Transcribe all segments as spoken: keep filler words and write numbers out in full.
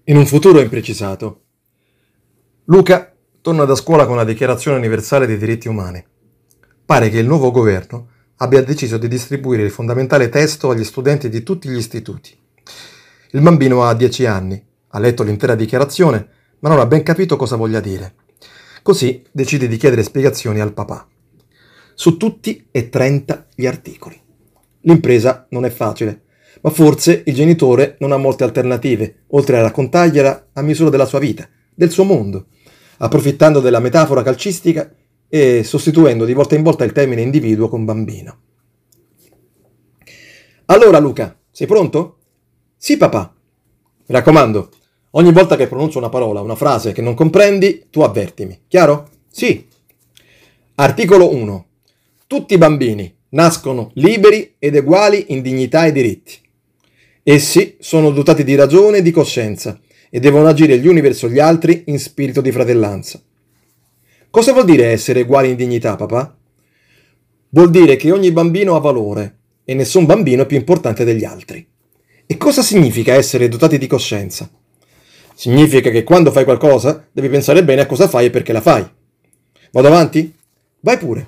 In un futuro imprecisato, Luca torna da scuola con la Dichiarazione universale dei diritti umani. Pare che il nuovo governo abbia deciso di distribuire il fondamentale testo agli studenti di tutti gli istituti. Il bambino ha dieci anni, ha letto l'intera dichiarazione, ma non ha ben capito cosa voglia dire. Così decide di chiedere spiegazioni al papà. Su tutti e trenta gli articoli. L'impresa non è facile, ma forse il genitore non ha molte alternative, oltre a raccontargliela a misura della sua vita, del suo mondo, approfittando della metafora calcistica e sostituendo di volta in volta il termine individuo con bambino. Allora Luca, sei pronto? Sì papà. Mi raccomando, ogni volta che pronuncio una parola, una frase che non comprendi, tu avvertimi, chiaro? Sì. Articolo uno. Tutti i bambini nascono liberi ed uguali in dignità e diritti. Essi sono dotati di ragione e di coscienza e devono agire gli uni verso gli altri in spirito di fratellanza. Cosa vuol dire essere uguali in dignità, papà? Vuol dire che ogni bambino ha valore e nessun bambino è più importante degli altri. E cosa significa essere dotati di coscienza? Significa che quando fai qualcosa devi pensare bene a cosa fai e perché la fai. Vado avanti? Vai pure.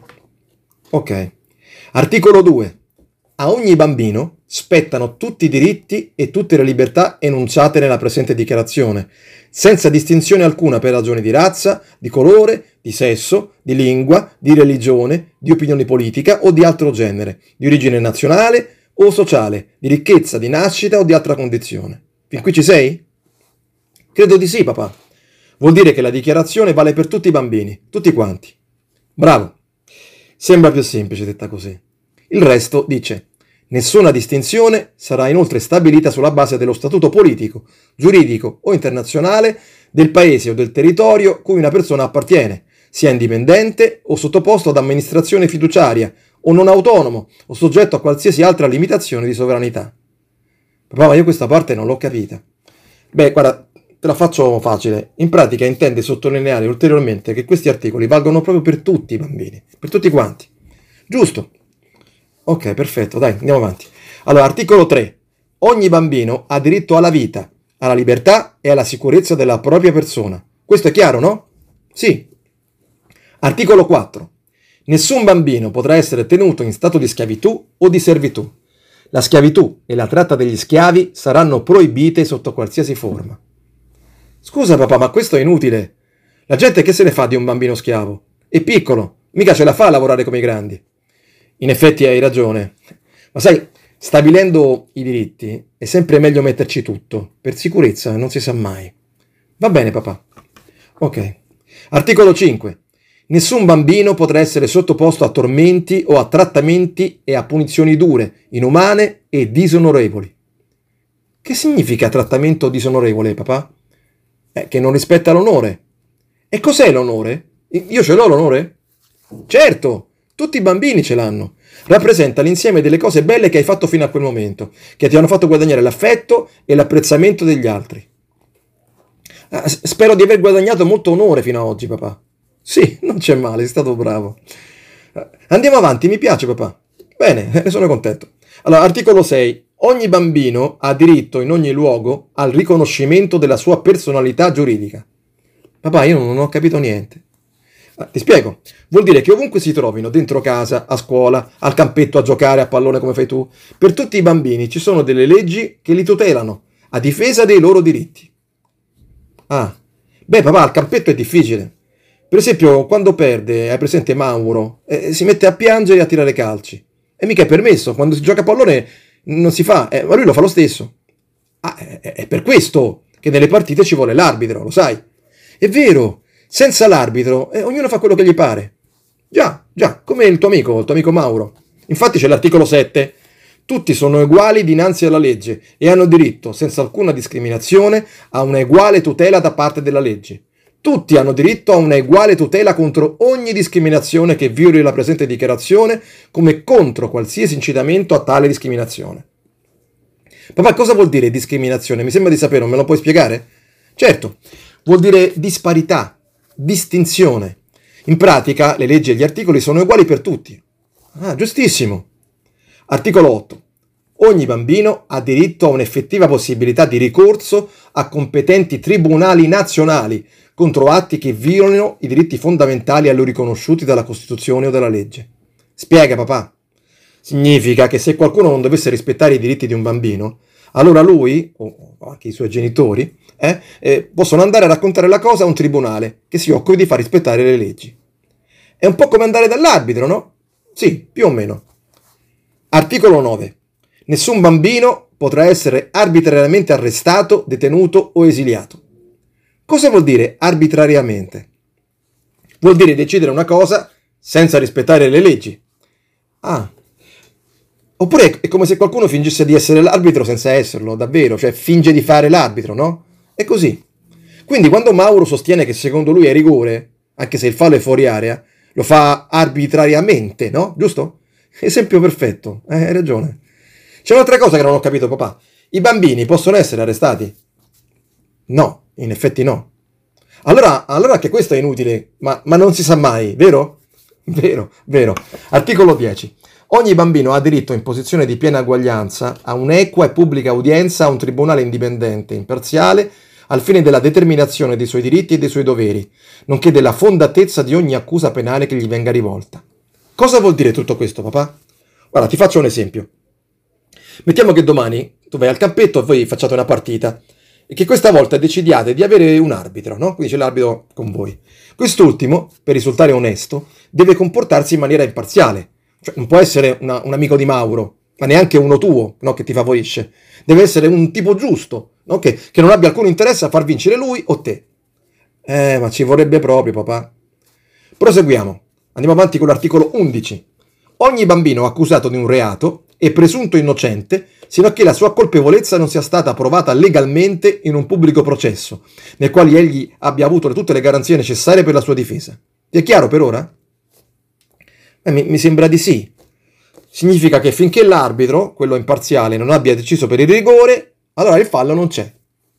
Ok. Articolo due. A ogni bambino spettano tutti i diritti e tutte le libertà enunciate nella presente dichiarazione, senza distinzione alcuna per ragioni di razza, di colore, di sesso, di lingua, di religione, di opinione politica o di altro genere, di origine nazionale o sociale, di ricchezza, di nascita o di altra condizione. Fin qui ci sei? Credo di sì, papà. Vuol dire che la dichiarazione vale per tutti i bambini, tutti quanti. Bravo. Sembra più semplice detta così. Il resto dice: nessuna distinzione sarà inoltre stabilita sulla base dello statuto politico, giuridico o internazionale del paese o del territorio cui una persona appartiene, sia indipendente o sottoposto ad amministrazione fiduciaria, o non autonomo, o soggetto a qualsiasi altra limitazione di sovranità. Papà, ma io questa parte non l'ho capita. Beh, guarda, te la faccio facile. In pratica intende sottolineare ulteriormente che questi articoli valgono proprio per tutti i bambini, per tutti quanti. Giusto? Ok, perfetto, dai, andiamo avanti. Allora, articolo tre. Ogni bambino ha diritto alla vita, alla libertà e alla sicurezza della propria persona. Questo è chiaro, no? Sì. Articolo quattro. Nessun bambino potrà essere tenuto in stato di schiavitù o di servitù. La schiavitù e la tratta degli schiavi saranno proibite sotto qualsiasi forma. Scusa papà, ma questo è inutile. La gente che se ne fa di un bambino schiavo? È piccolo, mica ce la fa a lavorare come i grandi. In effetti hai ragione, ma sai, stabilendo i diritti è sempre meglio metterci tutto, per sicurezza non si sa mai. Va bene papà. Ok. Articolo cinque. Nessun bambino potrà essere sottoposto a tormenti o a trattamenti e a punizioni dure, inumane e disonorevoli. Che significa trattamento disonorevole, papà? Eh, che non rispetta l'onore. E cos'è l'onore? Io ce l'ho l'onore? Certo! Tutti i bambini ce l'hanno. Rappresenta l'insieme delle cose belle che hai fatto fino a quel momento, che ti hanno fatto guadagnare l'affetto e l'apprezzamento degli altri. Ah, spero di aver guadagnato molto onore fino ad oggi, papà. Sì, non c'è male, sei stato bravo. Andiamo avanti, mi piace, papà. Bene, sono contento. Allora, articolo sei. Ogni bambino ha diritto in ogni luogo al riconoscimento della sua personalità giuridica. Papà, io non ho capito niente. Ah, ti spiego. Vuol dire che ovunque si trovino, dentro casa, a scuola, al campetto a giocare a pallone come fai tu, per tutti i bambini ci sono delle leggi che li tutelano, a difesa dei loro diritti. Ah, beh papà, al campetto è difficile. Per esempio, quando perde, hai presente Mauro, eh, si mette a piangere e a tirare calci. E mica è permesso, quando si gioca a pallone non si fa, eh, ma lui lo fa lo stesso. Ah, è, è per questo che nelle partite ci vuole l'arbitro, lo sai. È vero. Senza l'arbitro, eh, ognuno fa quello che gli pare. Già, già, come il tuo amico, il tuo amico Mauro. Infatti c'è l'articolo sette. Tutti sono uguali dinanzi alla legge e hanno diritto, senza alcuna discriminazione, a una uguale tutela da parte della legge. Tutti hanno diritto a una uguale tutela contro ogni discriminazione che violi la presente dichiarazione, come contro qualsiasi incitamento a tale discriminazione. Papà, cosa vuol dire discriminazione? Mi sembra di sapere, non me lo puoi spiegare? Certo, vuol dire disparità. Distinzione. In pratica le leggi e gli articoli sono uguali per tutti. Ah, giustissimo. Articolo otto. Ogni bambino ha diritto a un'effettiva possibilità di ricorso a competenti tribunali nazionali contro atti che violino i diritti fondamentali a lui riconosciuti dalla Costituzione o dalla legge. Spiega, papà. Significa che se qualcuno non dovesse rispettare i diritti di un bambino, allora lui, o anche i suoi genitori, eh, eh, possono andare a raccontare la cosa a un tribunale che si occupi di far rispettare le leggi. È un po' come andare dall'arbitro, no? Sì, più o meno. Articolo nove. Nessun bambino potrà essere arbitrariamente arrestato, detenuto o esiliato. Cosa vuol dire arbitrariamente? Vuol dire decidere una cosa senza rispettare le leggi. Ah. Oppure è come se qualcuno fingesse di essere l'arbitro senza esserlo, davvero, cioè finge di fare l'arbitro, no? È così. Quindi quando Mauro sostiene che secondo lui è rigore, anche se il fallo è fuori area, lo fa arbitrariamente, no? Giusto? Esempio perfetto, eh, hai ragione. C'è un'altra cosa che non ho capito, papà. I bambini possono essere arrestati? No, in effetti no. Allora, allora anche questo è inutile, ma, ma non si sa mai, vero? Vero, vero. Articolo dieci. Ogni bambino ha diritto in posizione di piena uguaglianza a un'equa e pubblica udienza a un tribunale indipendente, imparziale, al fine della determinazione dei suoi diritti e dei suoi doveri, nonché della fondatezza di ogni accusa penale che gli venga rivolta. Cosa vuol dire tutto questo, papà? Guarda, ti faccio un esempio. Mettiamo che domani tu vai al campetto e voi facciate una partita e che questa volta decidiate di avere un arbitro, no? Quindi c'è l'arbitro con voi. Quest'ultimo, per risultare onesto, deve comportarsi in maniera imparziale. Cioè, non può essere una, un amico di Mauro, ma neanche uno tuo, no, che ti favorisce. Deve essere un tipo giusto, no, che, che non abbia alcun interesse a far vincere lui o te. Eh, ma ci vorrebbe proprio, papà. Proseguiamo. Andiamo avanti con l'articolo undici. Ogni bambino accusato di un reato è presunto innocente sino a che la sua colpevolezza non sia stata provata legalmente in un pubblico processo, nel quale egli abbia avuto tutte le garanzie necessarie per la sua difesa. Ti è chiaro per ora? Eh, mi, mi sembra di sì. Significa che finché l'arbitro, quello imparziale, non abbia deciso per il rigore, allora il fallo non c'è.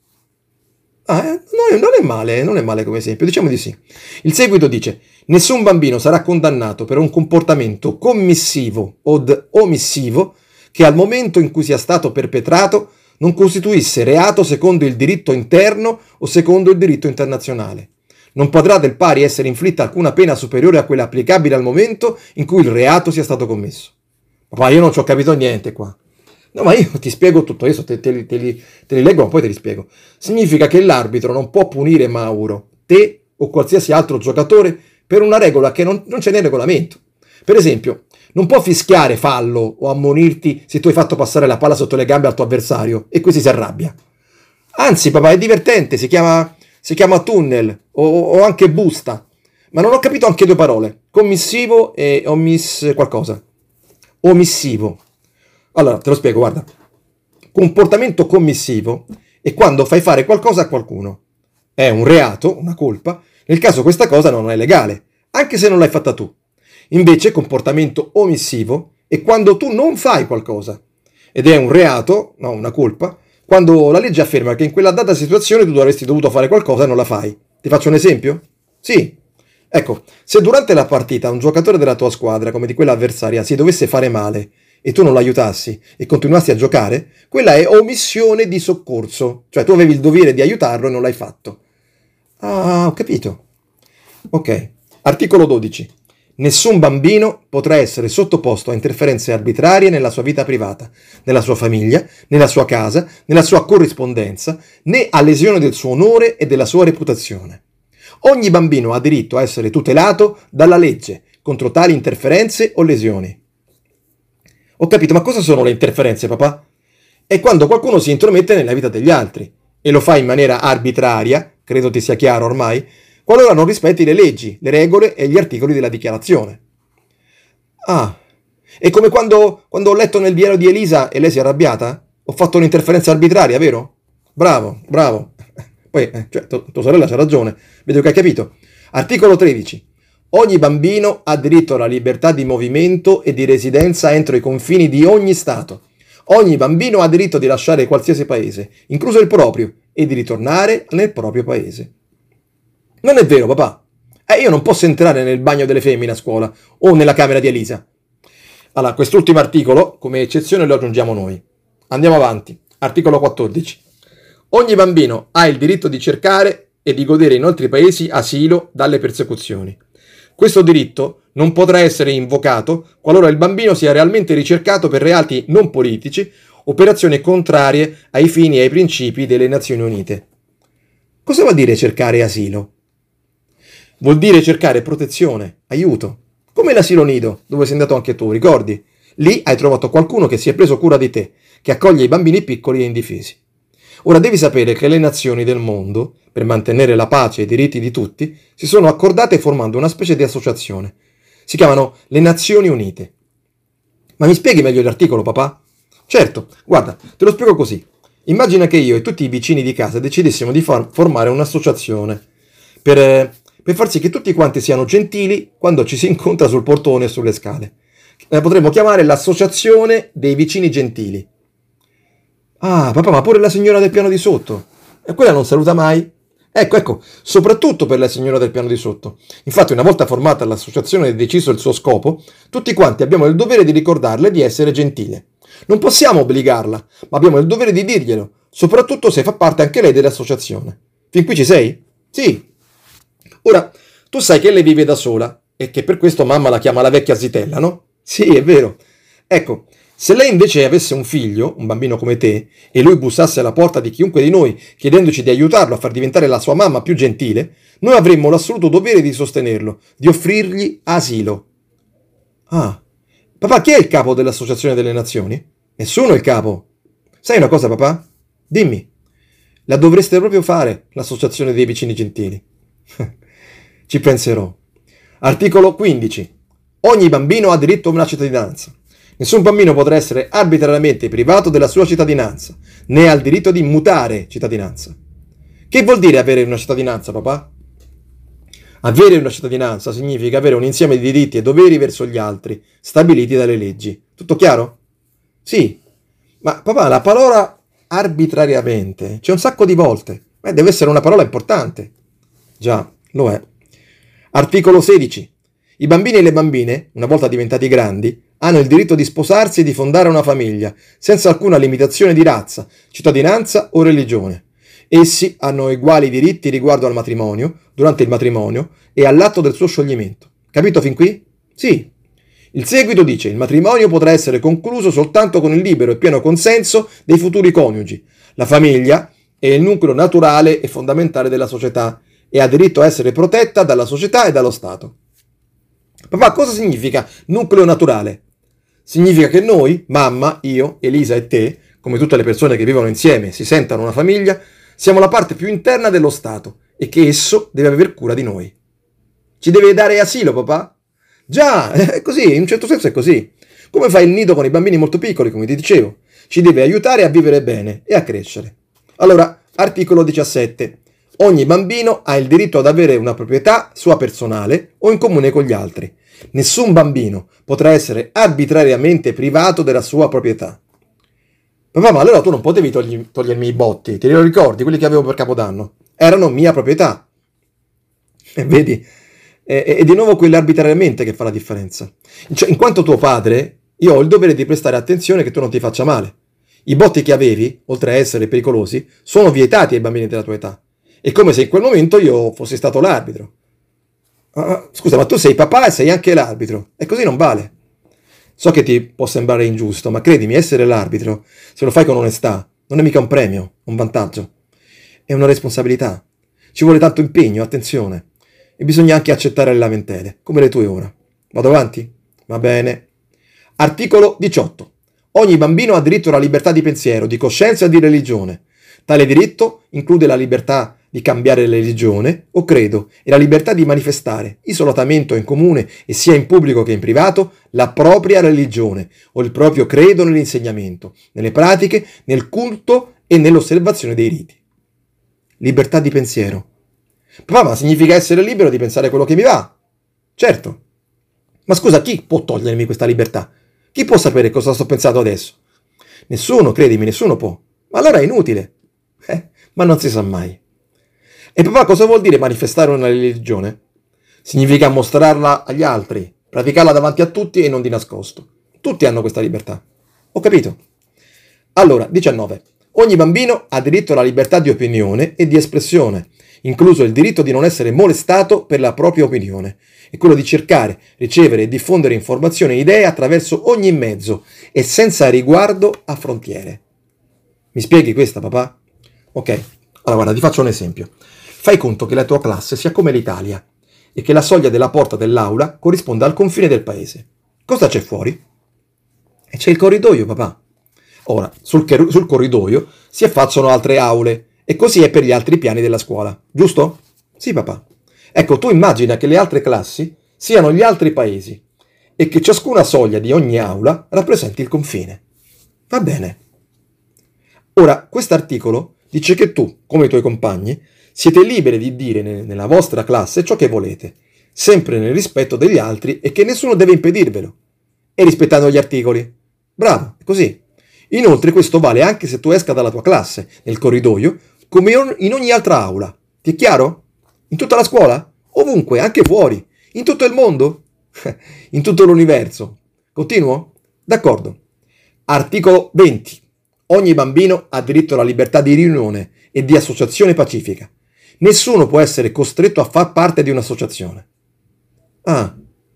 Ah, eh? non, è, non è male, non è male come esempio, diciamo di sì. Il seguito dice: nessun bambino sarà condannato per un comportamento commissivo o omissivo che al momento in cui sia stato perpetrato non costituisse reato secondo il diritto interno o secondo il diritto internazionale. Non potrà del pari essere inflitta alcuna pena superiore a quella applicabile al momento in cui il reato sia stato commesso. Papà, io non ci ho capito niente qua. No, ma io ti spiego tutto, adesso te, te, te, li, te li leggo, ma poi te li spiego. Significa che l'arbitro non può punire Mauro, te o qualsiasi altro giocatore per una regola che non, non c'è nel regolamento. Per esempio, non può fischiare fallo o ammonirti se tu hai fatto passare la palla sotto le gambe al tuo avversario e così si arrabbia. Anzi, papà, è divertente, si chiama... Si chiama tunnel o, o anche busta, ma non ho capito anche due parole, commissivo e omiss qualcosa. Omissivo. Allora, te lo spiego, guarda. Comportamento commissivo è quando fai fare qualcosa a qualcuno. È un reato, una colpa, nel caso questa cosa non è legale, anche se non l'hai fatta tu. Invece, comportamento omissivo è quando tu non fai qualcosa. Ed è un reato, no, una colpa, quando la legge afferma che in quella data situazione tu avresti dovuto fare qualcosa e non la fai. Ti faccio un esempio? Sì. Ecco, se durante la partita un giocatore della tua squadra, come di quella avversaria, si dovesse fare male e tu non l'aiutassi e continuassi a giocare, quella è omissione di soccorso. Cioè tu avevi il dovere di aiutarlo e non l'hai fatto. Ah, ho capito. Ok. Articolo dodici. Nessun bambino potrà essere sottoposto a interferenze arbitrarie nella sua vita privata, nella sua famiglia, nella sua casa, nella sua corrispondenza, né a lesione del suo onore e della sua reputazione. Ogni bambino ha diritto a essere tutelato dalla legge contro tali interferenze o lesioni. Ho capito, ma cosa sono le interferenze, papà? È quando qualcuno si intromette nella vita degli altri e lo fa in maniera arbitraria, credo ti sia chiaro ormai, qualora non rispetti le leggi, le regole e gli articoli della dichiarazione. Ah, è come quando, quando ho letto nel diario di Elisa e lei si è arrabbiata? Ho fatto un'interferenza arbitraria, vero? Bravo, bravo. Poi, eh, cioè, tua, tua sorella c'ha ragione, vedo che hai capito. Articolo tredici. Ogni bambino ha diritto alla libertà di movimento e di residenza entro i confini di ogni Stato. Ogni bambino ha diritto di lasciare qualsiasi paese, incluso il proprio, e di ritornare nel proprio paese. Non è vero, papà. Eh, io non posso entrare nel bagno delle femmine a scuola o nella camera di Elisa. Allora, quest'ultimo articolo, come eccezione, lo aggiungiamo noi. Andiamo avanti. Articolo quattordici. Ogni bambino ha il diritto di cercare e di godere in altri paesi asilo dalle persecuzioni. Questo diritto non potrà essere invocato qualora il bambino sia realmente ricercato per reati non politici, operazioni contrarie ai fini e ai principi delle Nazioni Unite. Cosa vuol dire cercare asilo? Vuol dire cercare protezione, aiuto, come l'asilo nido, dove sei andato anche tu, ricordi? Lì hai trovato qualcuno che si è preso cura di te, che accoglie i bambini piccoli e indifesi. Ora devi sapere che le nazioni del mondo, per mantenere la pace e i diritti di tutti, si sono accordate formando una specie di associazione. Si chiamano le Nazioni Unite. Ma mi spieghi meglio l'articolo, papà? Certo, guarda, te lo spiego così. Immagina che io e tutti i vicini di casa decidessimo di far formare un'associazione per, eh, per far sì che tutti quanti siano gentili quando ci si incontra sul portone e sulle scale. La potremmo chiamare l'Associazione dei Vicini Gentili. Ah, papà, ma pure la signora del piano di sotto. E quella non saluta mai? Ecco, ecco, soprattutto per la signora del piano di sotto. Infatti, una volta formata l'associazione e deciso il suo scopo, tutti quanti abbiamo il dovere di ricordarle di essere gentile. Non possiamo obbligarla, ma abbiamo il dovere di dirglielo, soprattutto se fa parte anche lei dell'associazione. Fin qui ci sei? Sì. Ora, tu sai che lei vive da sola e che per questo mamma la chiama la vecchia zitella, no? Sì, è vero. Ecco, se lei invece avesse un figlio, un bambino come te, e lui bussasse alla porta di chiunque di noi chiedendoci di aiutarlo a far diventare la sua mamma più gentile, noi avremmo l'assoluto dovere di sostenerlo, di offrirgli asilo. Ah, papà, chi è il capo dell'Associazione delle Nazioni? Nessuno è il capo. Sai una cosa, papà? Dimmi. La dovreste proprio fare, l'Associazione dei Vicini Gentili. Ci penserò. Articolo quindici. Ogni bambino ha diritto a una cittadinanza. Nessun bambino potrà essere arbitrariamente privato della sua cittadinanza, né ha il diritto di mutare cittadinanza. Che vuol dire avere una cittadinanza, papà? Avere una cittadinanza significa avere un insieme di diritti e doveri verso gli altri, stabiliti dalle leggi. Tutto chiaro? Sì. Ma papà, la parola arbitrariamente c'è un sacco di volte. Beh, deve essere una parola importante. Già, lo è. Articolo sedici. I bambini e le bambine, una volta diventati grandi, hanno il diritto di sposarsi e di fondare una famiglia, senza alcuna limitazione di razza, cittadinanza o religione. Essi hanno uguali diritti riguardo al matrimonio, durante il matrimonio e all'atto del suo scioglimento. Capito fin qui? Sì. Il seguito dice: il matrimonio potrà essere concluso soltanto con il libero e pieno consenso dei futuri coniugi. La famiglia è il nucleo naturale e fondamentale della società e ha diritto a essere protetta dalla società e dallo Stato. Papà, cosa significa nucleo naturale? Significa che noi, mamma, io, Elisa e te, come tutte le persone che vivono insieme e si sentano una famiglia, siamo la parte più interna dello Stato e che esso deve aver cura di noi. Ci deve dare asilo, papà? Già, è così, in un certo senso è così. Come fa il nido con i bambini molto piccoli, come ti dicevo. Ci deve aiutare a vivere bene e a crescere. Allora, articolo diciassette. Ogni bambino ha il diritto ad avere una proprietà sua personale o in comune con gli altri. Nessun bambino potrà essere arbitrariamente privato della sua proprietà. Papà, ma allora tu non potevi togli- togliermi i botti, te li ricordi, quelli che avevo per Capodanno? Erano mia proprietà. E vedi, è, è di nuovo quell'arbitrariamente che fa la differenza. Cioè, in quanto tuo padre, io ho il dovere di prestare attenzione che tu non ti faccia male. I botti che avevi, oltre a essere pericolosi, sono vietati ai bambini della tua età. È come se in quel momento io fossi stato l'arbitro. Ah, scusa, ma tu sei papà e sei anche l'arbitro. E così non vale. So che ti può sembrare ingiusto, ma credimi, essere l'arbitro, se lo fai con onestà, non è mica un premio, un vantaggio. È una responsabilità. Ci vuole tanto impegno, attenzione. E bisogna anche accettare le lamentele, come le tue ora. Vado avanti? Va bene. Articolo diciotto. Ogni bambino ha diritto alla libertà di pensiero, di coscienza e di religione. Tale diritto include la libertà di cambiare religione o credo e la libertà di manifestare, isolatamente o in comune e sia in pubblico che in privato, la propria religione o il proprio credo nell'insegnamento, nelle pratiche, nel culto e nell'osservazione dei riti. Libertà di pensiero. Papà, ma significa essere libero di pensare quello che mi va? Certo. Ma scusa, chi può togliermi questa libertà? Chi può sapere cosa sto pensando adesso? Nessuno, credimi, nessuno può. Ma allora è inutile. Eh, ma non si sa mai. E papà, cosa vuol dire manifestare una religione? Significa mostrarla agli altri, praticarla davanti a tutti e non di nascosto. Tutti hanno questa libertà. Ho capito. Allora, diciannove. Ogni bambino ha diritto alla libertà di opinione e di espressione, incluso il diritto di non essere molestato per la propria opinione, e quello di cercare, ricevere e diffondere informazioni e idee attraverso ogni mezzo e senza riguardo a frontiere. Mi spieghi questa, papà? Ok, allora guarda, ti faccio un esempio. Fai conto che la tua classe sia come l'Italia e che la soglia della porta dell'aula corrisponda al confine del paese. Cosa c'è fuori? E c'è il corridoio, papà. Ora, sul, sul corridoio si affacciano altre aule e così è per gli altri piani della scuola, giusto? Sì, papà. Ecco, tu immagina che le altre classi siano gli altri paesi e che ciascuna soglia di ogni aula rappresenti il confine. Va bene. Ora, quest'articolo dice che tu, come i tuoi compagni, siete liberi di dire nella vostra classe ciò che volete, sempre nel rispetto degli altri e che nessuno deve impedirvelo, e rispettando gli articoli. Bravo, è così. Inoltre questo vale anche se tu esca dalla tua classe, nel corridoio, come in ogni altra aula. Ti è chiaro? In tutta la scuola? Ovunque, anche fuori. In tutto il mondo? In tutto l'universo. Continuo? D'accordo. Articolo venti. Ogni bambino ha diritto alla libertà di riunione e di associazione pacifica. Nessuno può essere costretto a far parte di un'associazione. Ah,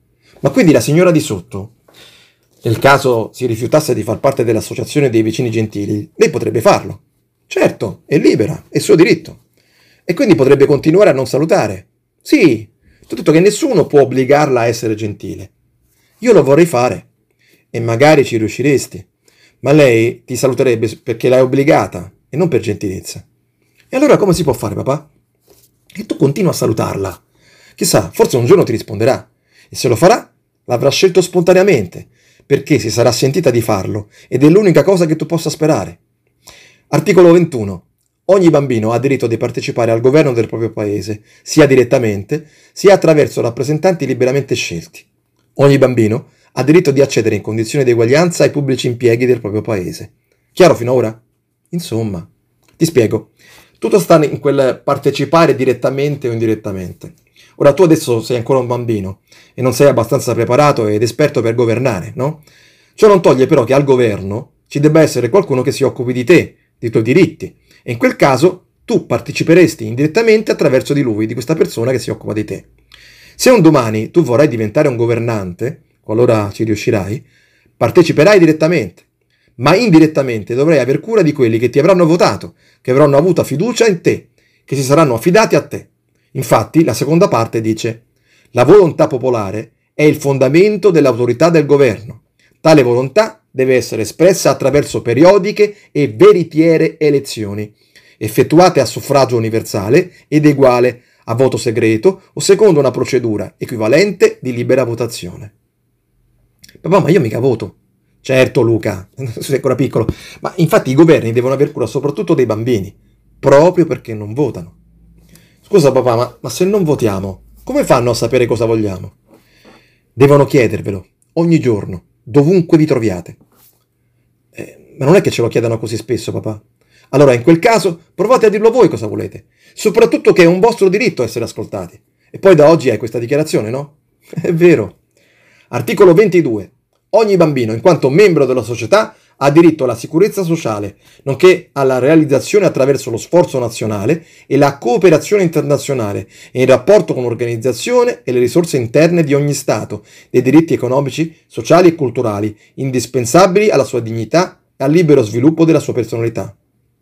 ma quindi la signora di sotto, nel caso si rifiutasse di far parte dell'associazione dei vicini gentili, lei potrebbe farlo. Certo, è libera, è suo diritto. E quindi potrebbe continuare a non salutare. Sì, ti ho detto che nessuno può obbligarla a essere gentile. Io lo vorrei fare, e magari ci riusciresti, ma lei ti saluterebbe perché l'hai obbligata, e non per gentilezza. E allora come si può fare, papà? E tu continua a salutarla. Chissà, forse un giorno ti risponderà, e se lo farà, l'avrà scelto spontaneamente, perché si sarà sentita di farlo, ed è l'unica cosa che tu possa sperare. Articolo ventuno. Ogni bambino ha diritto di partecipare al governo del proprio paese, sia direttamente, sia attraverso rappresentanti liberamente scelti. Ogni bambino ha diritto di accedere in condizioni di eguaglianza ai pubblici impieghi del proprio paese. Chiaro fino ora? Insomma, ti spiego. Tutto sta in quel partecipare direttamente o indirettamente. Ora tu adesso sei ancora un bambino e non sei abbastanza preparato ed esperto per governare, no? Ciò non toglie però che al governo ci debba essere qualcuno che si occupi di te, dei tuoi diritti, e in quel caso tu parteciperesti indirettamente attraverso di lui, di questa persona che si occupa di te. Se un domani tu vorrai diventare un governante, qualora ci riuscirai, parteciperai direttamente, ma indirettamente dovrai aver cura di quelli che ti avranno votato, che avranno avuto fiducia in te, che si saranno affidati a te. Infatti, la seconda parte dice: la volontà popolare è il fondamento dell'autorità del governo. Tale volontà deve essere espressa attraverso periodiche e veritiere elezioni, effettuate a suffragio universale ed uguale, a voto segreto o secondo una procedura equivalente di libera votazione. Papà, ma io mica voto. Certo, Luca, sei ancora piccolo, ma infatti i governi devono aver cura soprattutto dei bambini, proprio perché non votano. Scusa papà, ma, ma se non votiamo, come fanno a sapere cosa vogliamo? Devono chiedervelo, ogni giorno, dovunque vi troviate. Eh, ma non è che ce lo chiedano così spesso, papà. Allora, in quel caso, provate a dirlo voi cosa volete, soprattutto che è un vostro diritto essere ascoltati. E poi da oggi hai questa dichiarazione, no? È vero. Articolo ventidue. Ogni bambino, in quanto membro della società, ha diritto alla sicurezza sociale, nonché alla realizzazione attraverso lo sforzo nazionale e la cooperazione internazionale e in rapporto con l'organizzazione e le risorse interne di ogni Stato, dei diritti economici, sociali e culturali, indispensabili alla sua dignità e al libero sviluppo della sua personalità.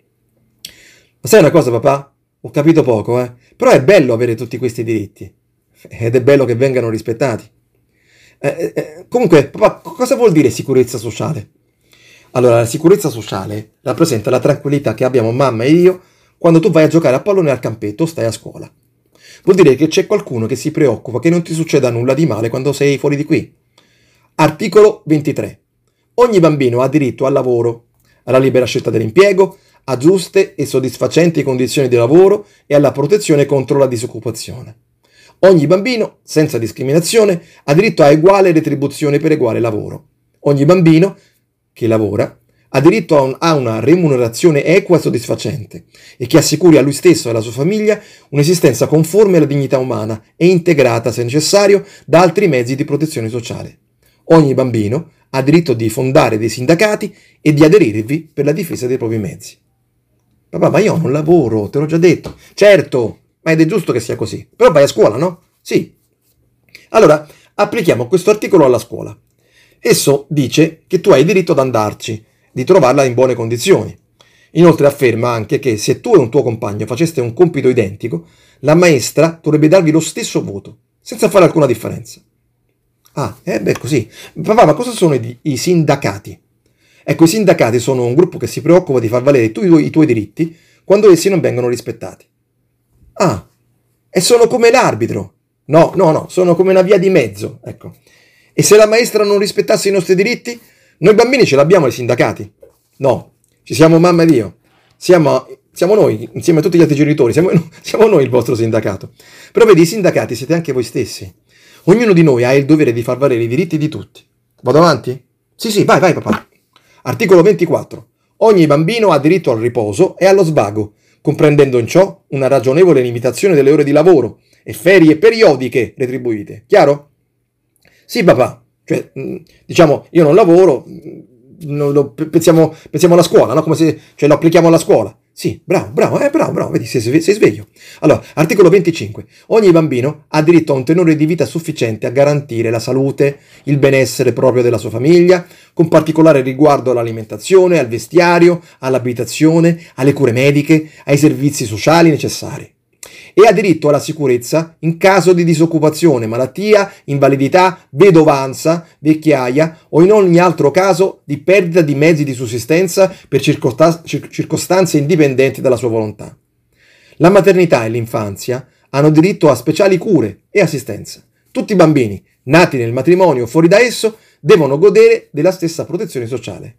Ma sai una cosa, papà? Ho capito poco, eh? Però è bello avere tutti questi diritti. Ed è bello che vengano rispettati. Eh, eh, comunque, papà, cosa vuol dire sicurezza sociale? Allora, la sicurezza sociale rappresenta la tranquillità che abbiamo mamma e io quando tu vai a giocare a pallone al campetto o stai a scuola. Vuol dire che c'è qualcuno che si preoccupa che non ti succeda nulla di male quando sei fuori di qui. Articolo ventitré. Ogni bambino ha diritto al lavoro, alla libera scelta dell'impiego, a giuste e soddisfacenti condizioni di lavoro e alla protezione contro la disoccupazione. Ogni bambino, senza discriminazione, ha diritto a uguale retribuzione per uguale lavoro. Ogni bambino che lavora ha diritto a, un, a una remunerazione equa e soddisfacente e che assicuri a lui stesso e alla sua famiglia un'esistenza conforme alla dignità umana e integrata, se necessario, da altri mezzi di protezione sociale. Ogni bambino ha diritto di fondare dei sindacati e di aderirvi per la difesa dei propri mezzi. Papà, ma io non lavoro, te l'ho già detto. Certo, ma ed è giusto che sia così. Però vai a scuola, no? Sì. Allora, applichiamo questo articolo alla scuola. Esso dice che tu hai diritto ad andarci, di trovarla in buone condizioni. Inoltre afferma anche che se tu e un tuo compagno faceste un compito identico, la maestra dovrebbe darvi lo stesso voto, senza fare alcuna differenza. Ah, eh beh, così. Papà, ma cosa sono i, i sindacati? Ecco, i sindacati sono un gruppo che si preoccupa di far valere tu, i, tuoi, i tuoi diritti quando essi non vengono rispettati. Ah, e sono come l'arbitro. No, no, no, sono come una via di mezzo, ecco. E se la maestra non rispettasse i nostri diritti, noi bambini ce l'abbiamo ai sindacati? No, ci siamo mamma ed io. Siamo, siamo noi, insieme a tutti gli altri genitori, siamo, siamo noi il vostro sindacato. Però vedi, i sindacati siete anche voi stessi. Ognuno di noi ha il dovere di far valere i diritti di tutti. Vado avanti? Sì, sì, vai, vai papà. Articolo ventiquattro. Ogni bambino ha diritto al riposo e allo svago, comprendendo in ciò una ragionevole limitazione delle ore di lavoro e ferie periodiche retribuite. Chiaro? Sì, papà. Cioè, diciamo, io non lavoro, non lo, pensiamo, pensiamo alla scuola, no? Come se cioè, lo applichiamo alla scuola. Sì, bravo, bravo, eh, bravo, bravo, vedi, sei, sei sveglio. Allora, articolo venticinque. Ogni bambino ha diritto a un tenore di vita sufficiente a garantire la salute, il benessere proprio della sua famiglia, con particolare riguardo all'alimentazione, al vestiario, all'abitazione, alle cure mediche, ai servizi sociali necessari. E ha diritto alla sicurezza in caso di disoccupazione, malattia, invalidità, vedovanza, vecchiaia o in ogni altro caso di perdita di mezzi di sussistenza per circostanze indipendenti dalla sua volontà. La maternità e l'infanzia hanno diritto a speciali cure e assistenza. Tutti i bambini nati nel matrimonio o fuori da esso devono godere della stessa protezione sociale.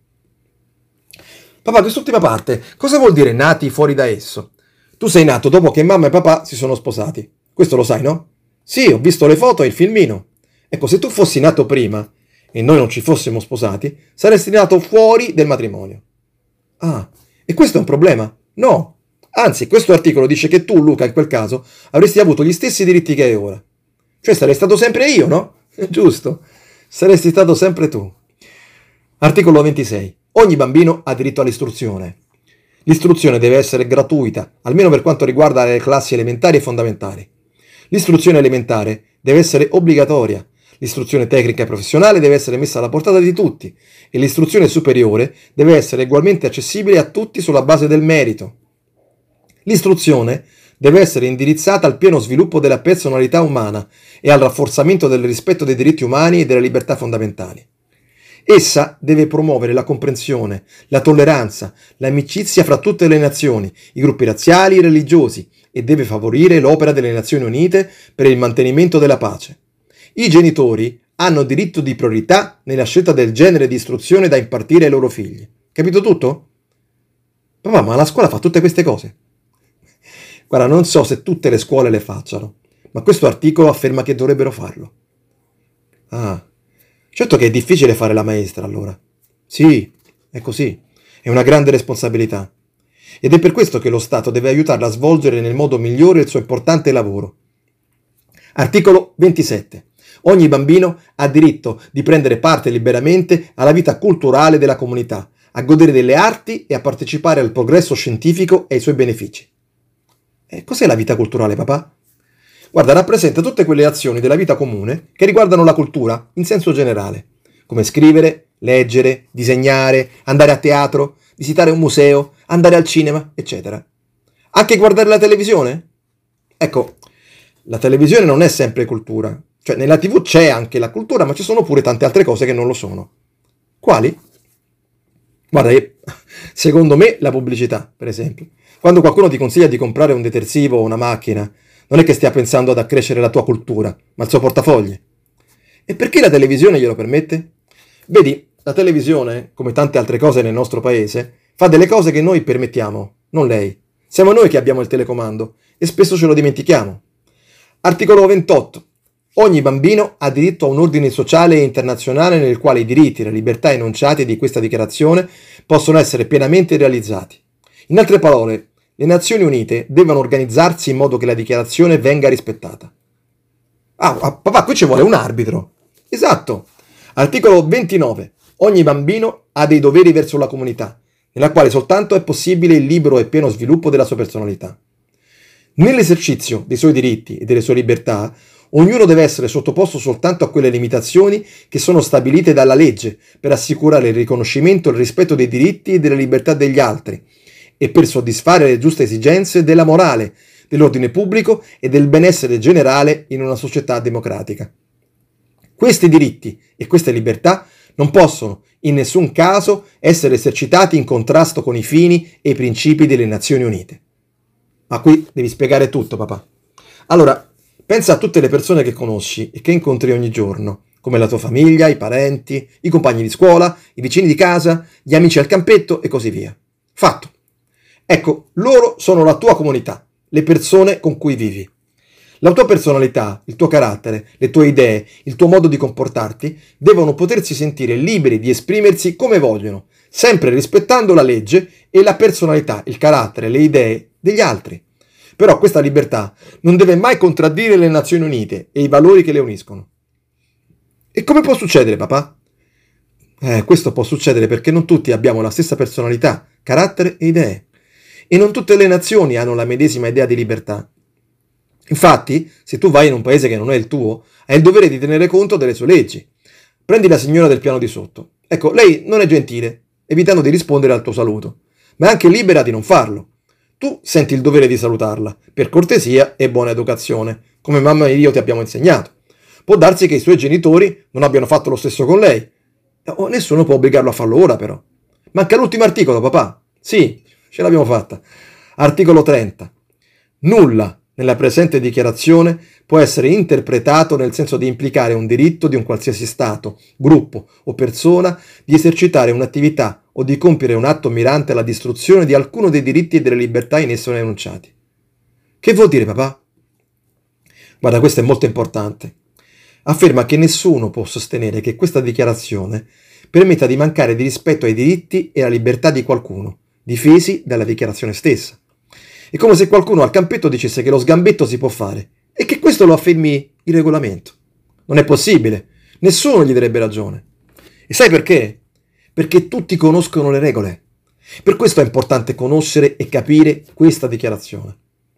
Papà, quest'ultima parte, cosa vuol dire nati fuori da esso? Tu sei nato dopo che mamma e papà si sono sposati. Questo lo sai, no? Sì, ho visto le foto e il filmino. Ecco, se tu fossi nato prima e noi non ci fossimo sposati, saresti nato fuori del matrimonio. Ah, e questo è un problema? No. Anzi, questo articolo dice che tu, Luca, in quel caso, avresti avuto gli stessi diritti che hai ora. Cioè, sarei stato sempre io, no? Giusto. Saresti stato sempre tu. Articolo ventisei. Ogni bambino ha diritto all'istruzione. L'istruzione deve essere gratuita, almeno per quanto riguarda le classi elementari e fondamentali. L'istruzione elementare deve essere obbligatoria, l'istruzione tecnica e professionale deve essere messa alla portata di tutti e l'istruzione superiore deve essere ugualmente accessibile a tutti sulla base del merito. L'istruzione deve essere indirizzata al pieno sviluppo della personalità umana e al rafforzamento del rispetto dei diritti umani e delle libertà fondamentali. Essa deve promuovere la comprensione, la tolleranza, l'amicizia fra tutte le nazioni, i gruppi razziali e religiosi e deve favorire l'opera delle Nazioni Unite per il mantenimento della pace. I genitori hanno diritto di priorità nella scelta del genere di istruzione da impartire ai loro figli. Capito tutto? Papà, ma la scuola fa tutte queste cose? Guarda, non so se tutte le scuole le facciano, ma questo articolo afferma che dovrebbero farlo. Ah. Certo che è difficile fare la maestra, allora. Sì, è così. È una grande responsabilità. Ed è per questo che lo Stato deve aiutarla a svolgere nel modo migliore il suo importante lavoro. Articolo ventisette. Ogni bambino ha diritto di prendere parte liberamente alla vita culturale della comunità, a godere delle arti e a partecipare al progresso scientifico e ai suoi benefici. E cos'è la vita culturale, papà? Guarda, rappresenta tutte quelle azioni della vita comune che riguardano la cultura in senso generale, come scrivere, leggere, disegnare, andare a teatro, visitare un museo, andare al cinema, eccetera. Anche guardare la televisione? Ecco, la televisione non è sempre cultura. Cioè, nella tivù c'è anche la cultura, ma ci sono pure tante altre cose che non lo sono. Quali? Guarda, secondo me la pubblicità, per esempio. Quando qualcuno ti consiglia di comprare un detersivo o una macchina, non è che stia pensando ad accrescere la tua cultura, ma il suo portafogli. E perché la televisione glielo permette? Vedi, la televisione, come tante altre cose nel nostro paese, fa delle cose che noi permettiamo, non lei. Siamo noi che abbiamo il telecomando e spesso ce lo dimentichiamo. Articolo ventotto. Ogni bambino ha diritto a un ordine sociale e internazionale nel quale i diritti e le libertà enunciati di questa dichiarazione possono essere pienamente realizzati. In altre parole, le Nazioni Unite devono organizzarsi in modo che la dichiarazione venga rispettata. Ah, ah, papà, qui ci vuole un arbitro. Esatto. Articolo ventinove. Ogni bambino ha dei doveri verso la comunità, nella quale soltanto è possibile il libero e pieno sviluppo della sua personalità. Nell'esercizio dei suoi diritti e delle sue libertà, ognuno deve essere sottoposto soltanto a quelle limitazioni che sono stabilite dalla legge per assicurare il riconoscimento e il rispetto dei diritti e delle libertà degli altri e per soddisfare le giuste esigenze della morale, dell'ordine pubblico e del benessere generale in una società democratica. Questi diritti e queste libertà non possono in nessun caso essere esercitati in contrasto con i fini e i principi delle Nazioni Unite. Ma qui devi spiegare tutto, papà. Allora, pensa a tutte le persone che conosci e che incontri ogni giorno, come la tua famiglia, i parenti, i compagni di scuola, i vicini di casa, gli amici al campetto e così via. Fatto. Ecco, loro sono la tua comunità, le persone con cui vivi. La tua personalità, il tuo carattere, le tue idee, il tuo modo di comportarti devono potersi sentire liberi di esprimersi come vogliono, sempre rispettando la legge e la personalità, il carattere, le idee degli altri. Però questa libertà non deve mai contraddire le Nazioni Unite e i valori che le uniscono. E come può succedere, papà? Eh, questo può succedere perché non tutti abbiamo la stessa personalità, carattere e idee. E non tutte le nazioni hanno la medesima idea di libertà. Infatti, se tu vai in un paese che non è il tuo, hai il dovere di tenere conto delle sue leggi. Prendi la signora del piano di sotto. Ecco, lei non è gentile, evitando di rispondere al tuo saluto, ma è anche libera di non farlo. Tu senti il dovere di salutarla, per cortesia e buona educazione, come mamma e io ti abbiamo insegnato. Può darsi che i suoi genitori non abbiano fatto lo stesso con lei. Oh, nessuno può obbligarlo a farlo ora, però. Manca l'ultimo articolo, papà. Sì, ce l'abbiamo fatta. Articolo trenta. Nulla nella presente dichiarazione può essere interpretato nel senso di implicare un diritto di un qualsiasi Stato, gruppo o persona di esercitare un'attività o di compiere un atto mirante alla distruzione di alcuno dei diritti e delle libertà in esso enunciati. Che vuol dire, papà? Guarda, questo è molto importante. Afferma che nessuno può sostenere che questa dichiarazione permetta di mancare di rispetto ai diritti e alla libertà di qualcuno, difesi dalla dichiarazione stessa. È come se qualcuno al campetto dicesse che lo sgambetto si può fare e che questo lo affermi il regolamento. Non è possibile, nessuno gli darebbe ragione. E sai perché? Perché tutti conoscono le regole. Per questo è importante conoscere e capire questa dichiarazione.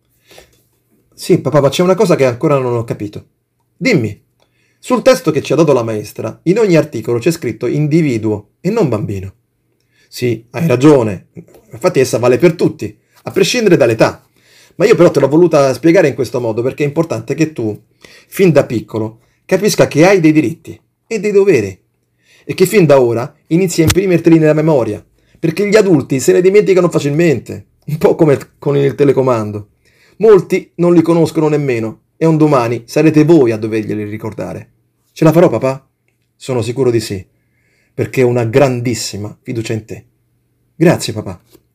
Sì, papà, ma c'è una cosa che ancora non ho capito. Dimmi, sul testo che ci ha dato la maestra, in ogni articolo c'è scritto individuo e non bambino. Sì, hai ragione, infatti essa vale per tutti, a prescindere dall'età. Ma io però te l'ho voluta spiegare in questo modo perché è importante che tu, fin da piccolo, capisca che hai dei diritti e dei doveri e che fin da ora inizi a imprimerteli nella memoria, perché gli adulti se ne dimenticano facilmente, un po' come con il telecomando. Molti non li conoscono nemmeno e un domani sarete voi a doverglieli ricordare. Ce la farò, papà? Sono sicuro di sì, perché ho una grandissima fiducia in te. Grazie, papà.